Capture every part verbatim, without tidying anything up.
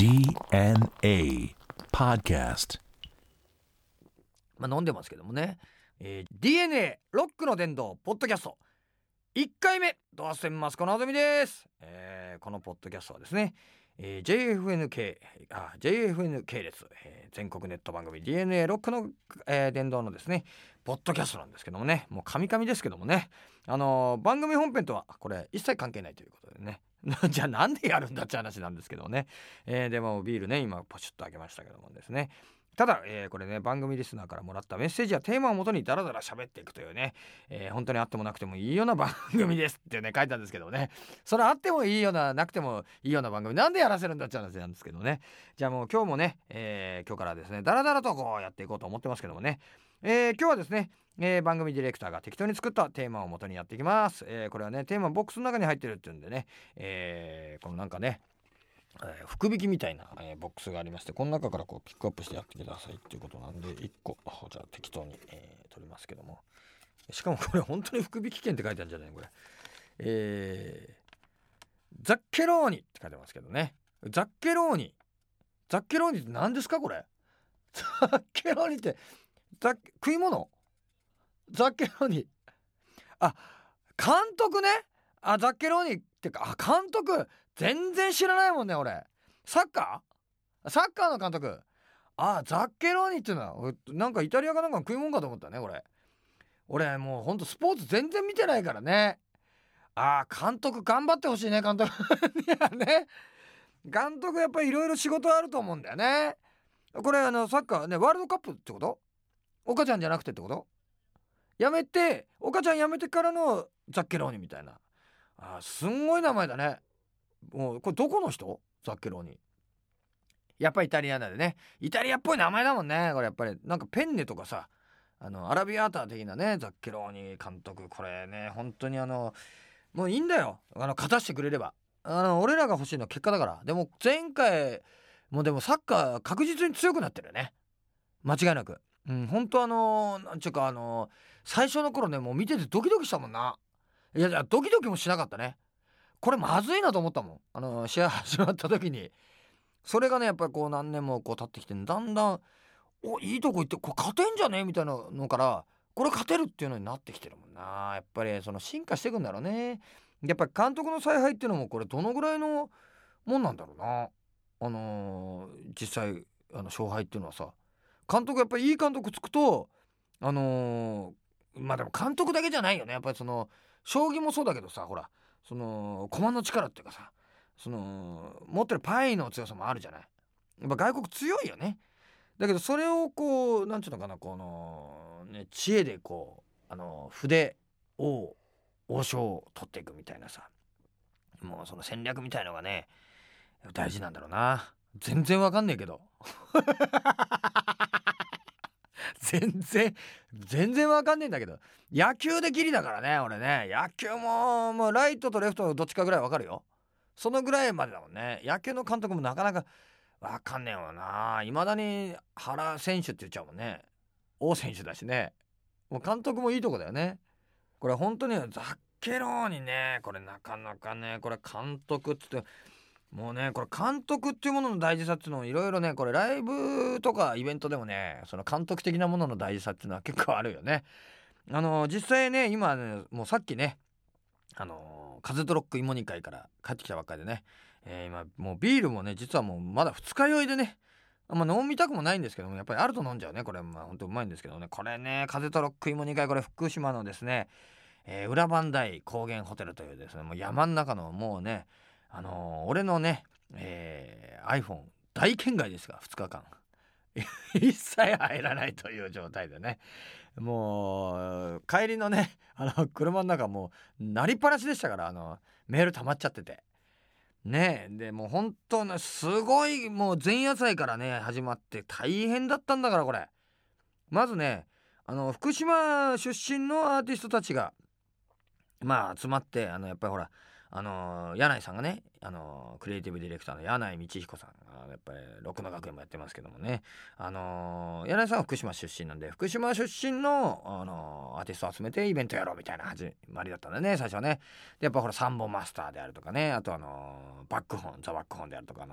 ディーエヌエー Podcast。 まあ飲んでますけどもね、えー、ディーエヌエー ロックの殿堂ポッドキャストいっかいめドアステンマスコのあずみです、えー、このポッドキャストはですね、えー、ジェイエフエヌケー あ ジェイエフエヌ 系列、えー、全国ネット番組 ディーエヌエー ロックの、えー、殿堂のですねポッドキャストなんですけどもね、もうカミカミですけどもね、あのー、番組本編とはこれ一切関係ないということでねじゃあなんでやるんだって話なんですけどね、えー、でもビールね今ポチッと開けましたけどもですね、ただ、えー、これね番組リスナーからもらったメッセージやテーマをもとにダラダラ喋っていくというね、えー、本当にあってもなくてもいいような番組ですってね書いたんですけどね、それあってもいいようななくてもいいような番組なんでやらせるんだって話なんですけどね。じゃあもう今日もね、えー、今日からですねダラダラとこうやっていこうと思ってますけどもね、えー、今日はですね、えー、番組ディレクターが適当に作ったテーマをもとにやっていきます、えー、これはねテーマボックスの中に入ってるっていうんでね、えー、このなんかねえー、福引きみたいな、えー、ボックスがありまして、この中からこうピックアップしてやってくださいっていうことなんでいっこじゃあ適当に、えー、取りますけども、しかもこれ本当に福引き券って書いてあるんじゃないのこれ、えー、ザッケローニって書いてますけどね。ザッケローニザッケローニって何ですかこれ。ザッケローニってザッ食い物。ザッケローニあ監督ね。あザッケローニってかあ監督全然知らないもんね俺。サッカーサッカーの監督。あザッケローニっていうのはなんかイタリアかなんかの食い物かと思ったねこれ。俺もうほんとスポーツ全然見てないからね。あ監督頑張ってほしいね監督いやね監督やっぱりいろいろ仕事あると思うんだよね。これあのサッカーねワールドカップってこと？岡ちゃんじゃなくてってこと？やめて岡ちゃんやめてからのザッケローニみたいな。あすんごい名前だね。もうこれどこの人？ザッケローニ。やっぱりイタリアだでね。イタリアっぽい名前だもんね。これやっぱりなんかペンネとかさ、あのアラビアータ的なねザッケローニ監督、これね本当にあのもういいんだよ。あの勝たしてくれれば。あの俺らが欲しいのは結果だから。でも前回もうでもサッカー確実に強くなってるよね。間違いなく。うん、本当あのなんちゅうかあの最初の頃ねもう見ててドキドキしたもんな。いやいやドキドキもしなかったね。これまずいなと思ったもん。あの試合始まった時に。それがねやっぱりこう何年もこう経ってきてだんだんおいいとこ行ってこれ勝てんじゃねえみたいなのからこれ勝てるっていうのになってきてるもんな。やっぱりその進化していくんだろうね。やっぱり監督の采配っていうのもこれどのぐらいのもんなんだろうな。あのー、実際あの勝敗っていうのはさ監督やっぱりいい監督つくとあのー、まあでも監督だけじゃないよね。やっぱりその将棋もそうだけどさほらその駒の力っていうかさその持ってるパイの強さもあるじゃない。やっぱ外国強いよね。だけどそれをこうなんていうのかなこの、ね、知恵でこうあの筆を王将を取っていくみたいなさもうその戦略みたいのがね大事なんだろうな。全然わかんねえけど全然全然わかんねえんだけど野球でギリだからね俺ね。野球ももうライトとレフトどっちかぐらいわかるよ。そのぐらいまでだもんね。野球の監督もなかなかわかんねえわな。未だに原選手って言っちゃうもんね。王選手だしね。もう監督もいいとこだよね。これ本当にザッケローにねこれなかなかねこれ監督っつってもうねこれ監督っていうものの大事さっていうのをいろいろねこれライブとかイベントでもねその監督的なものの大事さっていうのは結構あるよね。あの実際ね今ねもうさっきねあの風とロック芋煮会から帰ってきたばっかりでね、えー、今もうビールもね実はもうまだ二日酔いでねあんま飲みたくもないんですけどもやっぱりあると飲んじゃうね。これまあほんとうまいんですけどね。これね風とロック芋煮会これ福島のですね、えー、裏磐梯高原ホテルというですねもう山の中のもうねあのー、俺のね、えー、iPhone 大圏外ですがふつかかん一切入らないという状態でねもう帰りのねあの車の中もう鳴りっぱなしでしたからあのメール溜まっちゃっててねえでもう本当ねすごいもう前夜祭からね始まって大変だったんだからこれまずねあの福島出身のアーティストたちがまあ集まってあのやっぱりほらあのー、柳井さんがね、あのー、クリエイティブディレクターの柳井道彦さんがやっぱり六の学園もやってますけどもね、あのー、柳井さんは福島出身なんで福島出身の、あのー、アーティストを集めてイベントやろうみたいな始まりだったんだね最初はね。でやっぱほらサンボマスターであるとかねあとあのバックホンザバックホンであるとかの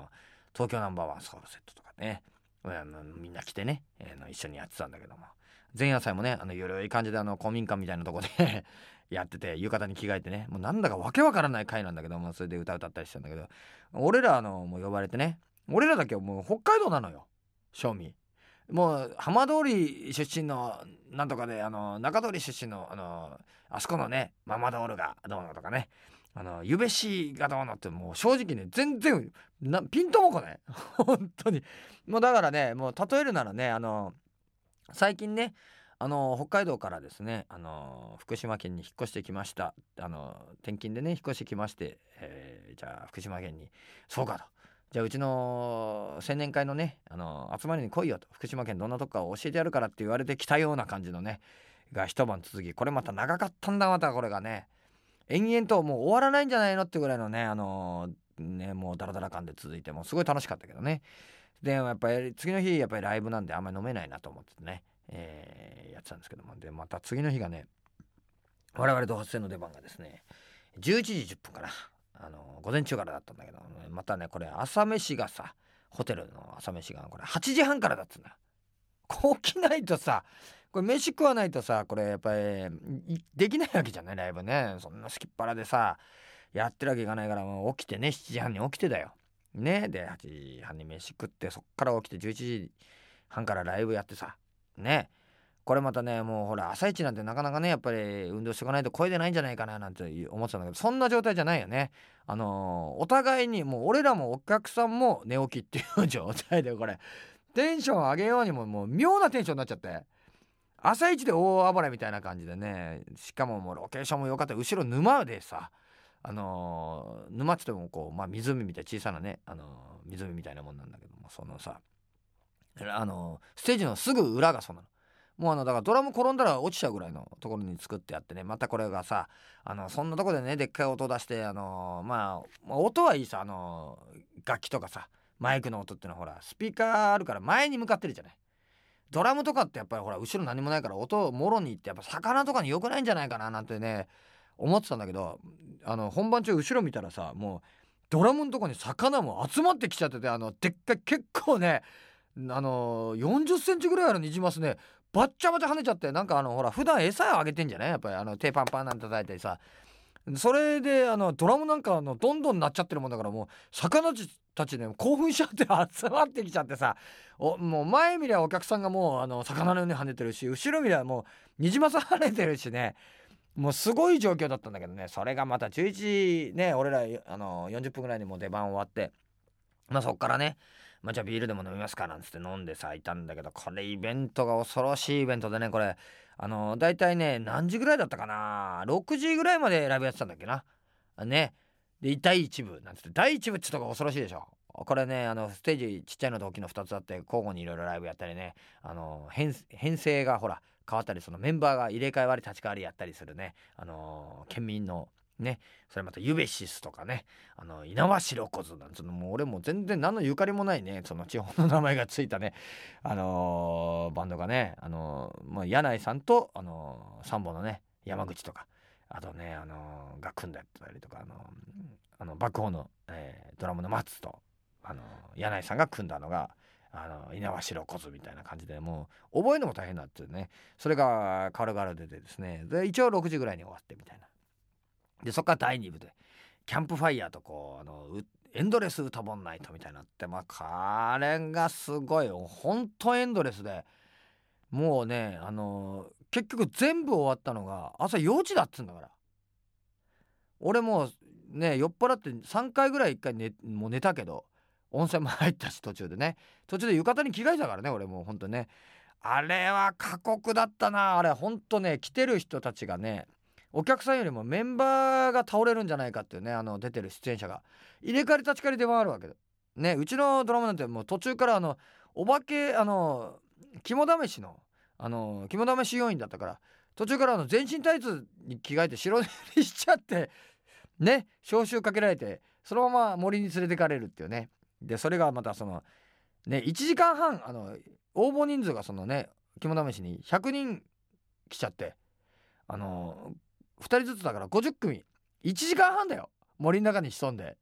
東京ナンバーワンソウルセットとかね、みんな来てね、えー、一緒にやってたんだけども、前夜祭もねあのゆるい感じであの公民館みたいなとこでやってて、浴衣に着替えてね、もうなんだかわけわからない会なんだけども、それで歌歌ったりしたんだけど、俺らあのもう呼ばれてね、俺らだけはもう北海道なのよ、正味。もう浜通り出身のなんとかで、あの中通り出身のあのあそこのねママドールがどうのとかね、あのゆべしがどうのって、もう正直ね全然なピンともこない本当に。もうだからね、もう例えるならね、あの最近ね、あの北海道からですね、あの福島県に引っ越してきました。あの転勤でね引っ越してきまして、えー、じゃあ福島県に、そうかと、じゃあうちの青年会のねあの集まりに来いよと、福島県どんなとこか教えてやるからって言われてきたような感じのねが一晩続き、これまた長かったんだ、またこれがね延々ともう終わらないんじゃないのってぐらいのね、あのねもうダラダラ感で続いて、もうすごい楽しかったけどね。でやっぱり次の日やっぱりライブなんであんまり飲めないなと思ってね、えー、やってたんですけども、でまた次の日がね、我々同発線の出番がですねじゅういちじじゅっぷんかな、あの午前中からだったんだけど、またねこれ朝飯がさ、ホテルの朝飯がこれはちじはんからだっつうんだ。起きないとさ、これ飯食わないとさ、これやっぱりできないわけじゃない、ライブね。そんなすきっ腹でさやってるわけいかないから、もう起きてねしちじはんに起きてだよね。ではちじはんに飯食って、そっから起きてじゅういちじはんからライブやってさね。これまたねもうほら朝一なんてなかなかねやっぱり運動しておかないと声出ないんじゃないかななんて思ってたんだけど、そんな状態じゃないよね。あのー、お互いにもう俺らもお客さんも寝起きっていう状態で、これテンション上げようにももう妙なテンションになっちゃって、朝一で大暴れみたいな感じでね。しかももうロケーションも良かった、後ろ沼でさ、あのー、沼っつってもこう、まあ、湖みたいな小さなね、あのー、湖みたいなもんなんだけども、そのさあのー、ステージのすぐ裏がそうなの。もうあのだからドラム転んだら落ちちゃうぐらいのところに作ってやってね、またこれがさ、あのそんなとこでねでっかい音出して、あのー、まあ音はいいさ、あのー、楽器とかさマイクの音ってのはほらスピーカーあるから前に向かってるじゃない。ドラムとかってやっぱりほら後ろ何もないから音もろにいって、やっぱ魚とかに良くないんじゃないかななんてね思ってたんだけど、あの本番中後ろ見たらさ、もうドラムのとこに魚も集まってきちゃってて、あのでっかい結構ね、あのよんじゅっセンチぐらいあるニジマスねバッチャバチャ跳ねちゃって、なんかあのほら普段餌をあげてんじゃない、やっぱりあの手パンパンなんて叩いたりさ、それであのドラムなんかのどんどんなっちゃってるもんだから、もう魚たちね興奮しちゃって集まってきちゃってさ、おもう前見りゃお客さんがもうあの魚のように跳ねてるし、後ろ見りゃもうニジマス跳ねてるしね、もうすごい状況だったんだけどね。それがまたじゅういちじね、俺らあのよんじゅっぷんぐらいにもう出番終わって、まあそっからね、まあ、じゃあビールでも飲みますかなんつって飲んでさいたんだけど、これイベントが恐ろしいイベントでね、これあのだいたいね何時ぐらいだったかな、ろくじぐらいまでライブやってたんだっけなね。でだいいち部なんつって、だいいち部って言ったら恐ろしいでしょ。これねあのステージちっちゃいのと大きいのふたつあって、交互にいろいろライブやったりね、あの 編, 編成がほら変わったり、そのメンバーが入れ替わり立ち替わりやったりするね、あの県民のね、それまたユベシスとかね、あの猪苗代湖ズなんつうの、もう俺も全然何のゆかりもないね、その地方の名前がついたね、あのー、バンドがね、あのー、まあ、柳井さんと、あのー、サンボのね山口とか、あとね、あのー、が組んだりとか、あのー、あのバックホーンの、えー、ドラムの松と、あのー、柳井さんが組んだのがあの猪苗代湖ズみたいな感じで、もう覚えるのも大変だってね。それが軽々出てですね、で一応ろくじぐらいに終わってみたいな。でそっからだいに部でキャンプファイヤーとこうあのエンドレス歌本ナイトみたいになって、まあ彼がすごいほんとエンドレスで、もうねあの結局全部終わったのが朝よじだっつうんだから。俺もうね酔っ払ってさんかいぐらいいっかい寝もう寝たけど、温泉も入ったし途中でね、途中で浴衣に着替えたからね俺もうほんとね。あれは過酷だったな。あれほんとね、来てる人たちがね、お客さんよりもメンバーが倒れるんじゃないかっていうね、あの出てる出演者が入れ替わり立ち替わりで回るわけだね。うちのドラマなんてもう途中からあのお化けあの肝試しのあの肝試し要員だったから、途中からあの全身タイツに着替えて白塗りしちゃってね、招集かけられてそのまま森に連れてかれるっていうね。でそれがまたそのねいちじかんはん、あの応募人数がそのね肝試しにひゃくにん来ちゃって、あのふたりずつだからごじゅっくみ、いちじかんはんだよ森の中に潜んで、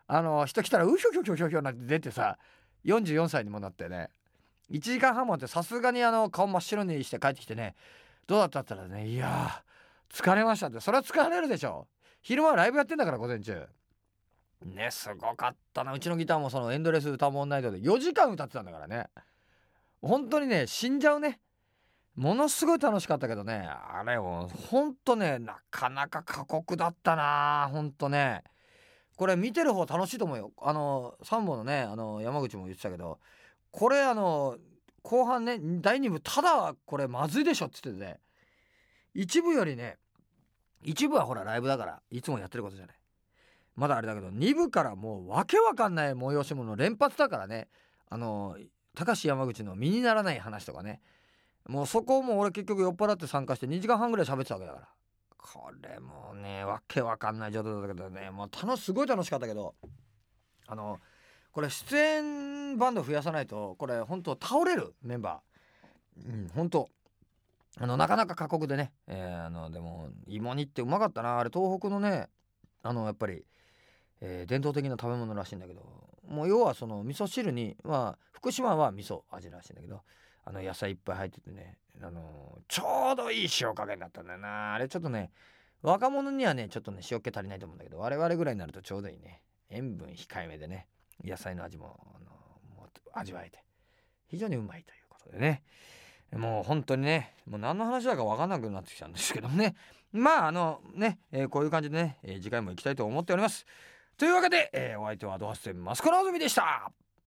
あの人来たらうひょひょひょひょひょなんて出てさ、よんじゅうよんさいにもなってね、いちじかんはんもあって、さすがにあの顔真っ白にして帰ってきてね、どうだったったらね、いやー疲れましたって。それは疲れるでしょ。昼間はライブやってんだから、午前中ね。すごかったな。うちのギターもそのエンドレス歌もんナイトでよじかん歌ってたんだからね。本当にね死んじゃうね。ものすごい楽しかったけどね、あれもほんとね、なかなか過酷だったな。ほんとね、これ見てる方楽しいと思うよ。あのサンボのね、あの山口も言ってたけど、これあの後半ね、だいに部ただこれまずいでしょって言っててね、一部よりね、一部はほらライブだからいつもやってることじゃない、まだあれだけど、に部からもうわけわかんない催し物連発だからね。あの高橋山口の身にならない話とかね、もうそこも俺結局酔っ払って参加してにじかんはんぐらい喋ってたわけだから、これもうねわけわかんない状態だったけどね、もう楽すごい楽しかったけど、あのこれ出演バンド増やさないとこれ本当倒れるメンバー、うん、本当あのなかなか過酷でね、えー、あのでも芋煮ってうまかったな。あれ東北のね、あのやっぱり、えー伝統的な食べ物らしいんだけど、もう要はその味噌汁に、まあ福島は味噌味らしいんだけど、あの野菜いっぱい入っててね、あのちょうどいい塩加減だったんだよな。あれちょっとね、若者にはねちょっとね塩気足りないと思うんだけど、我々ぐらいになるとちょうどいいね。塩分控えめでね、野菜の味も、あのもう味わえて非常にうまいということでね、もう本当にね、もう何の話だか分かんなくなってきたんですけどもね、まああのね、えーこういう感じでね、えー次回も行きたいと思っております。というわけで、えーお相手はドハステンマスコラズミでした。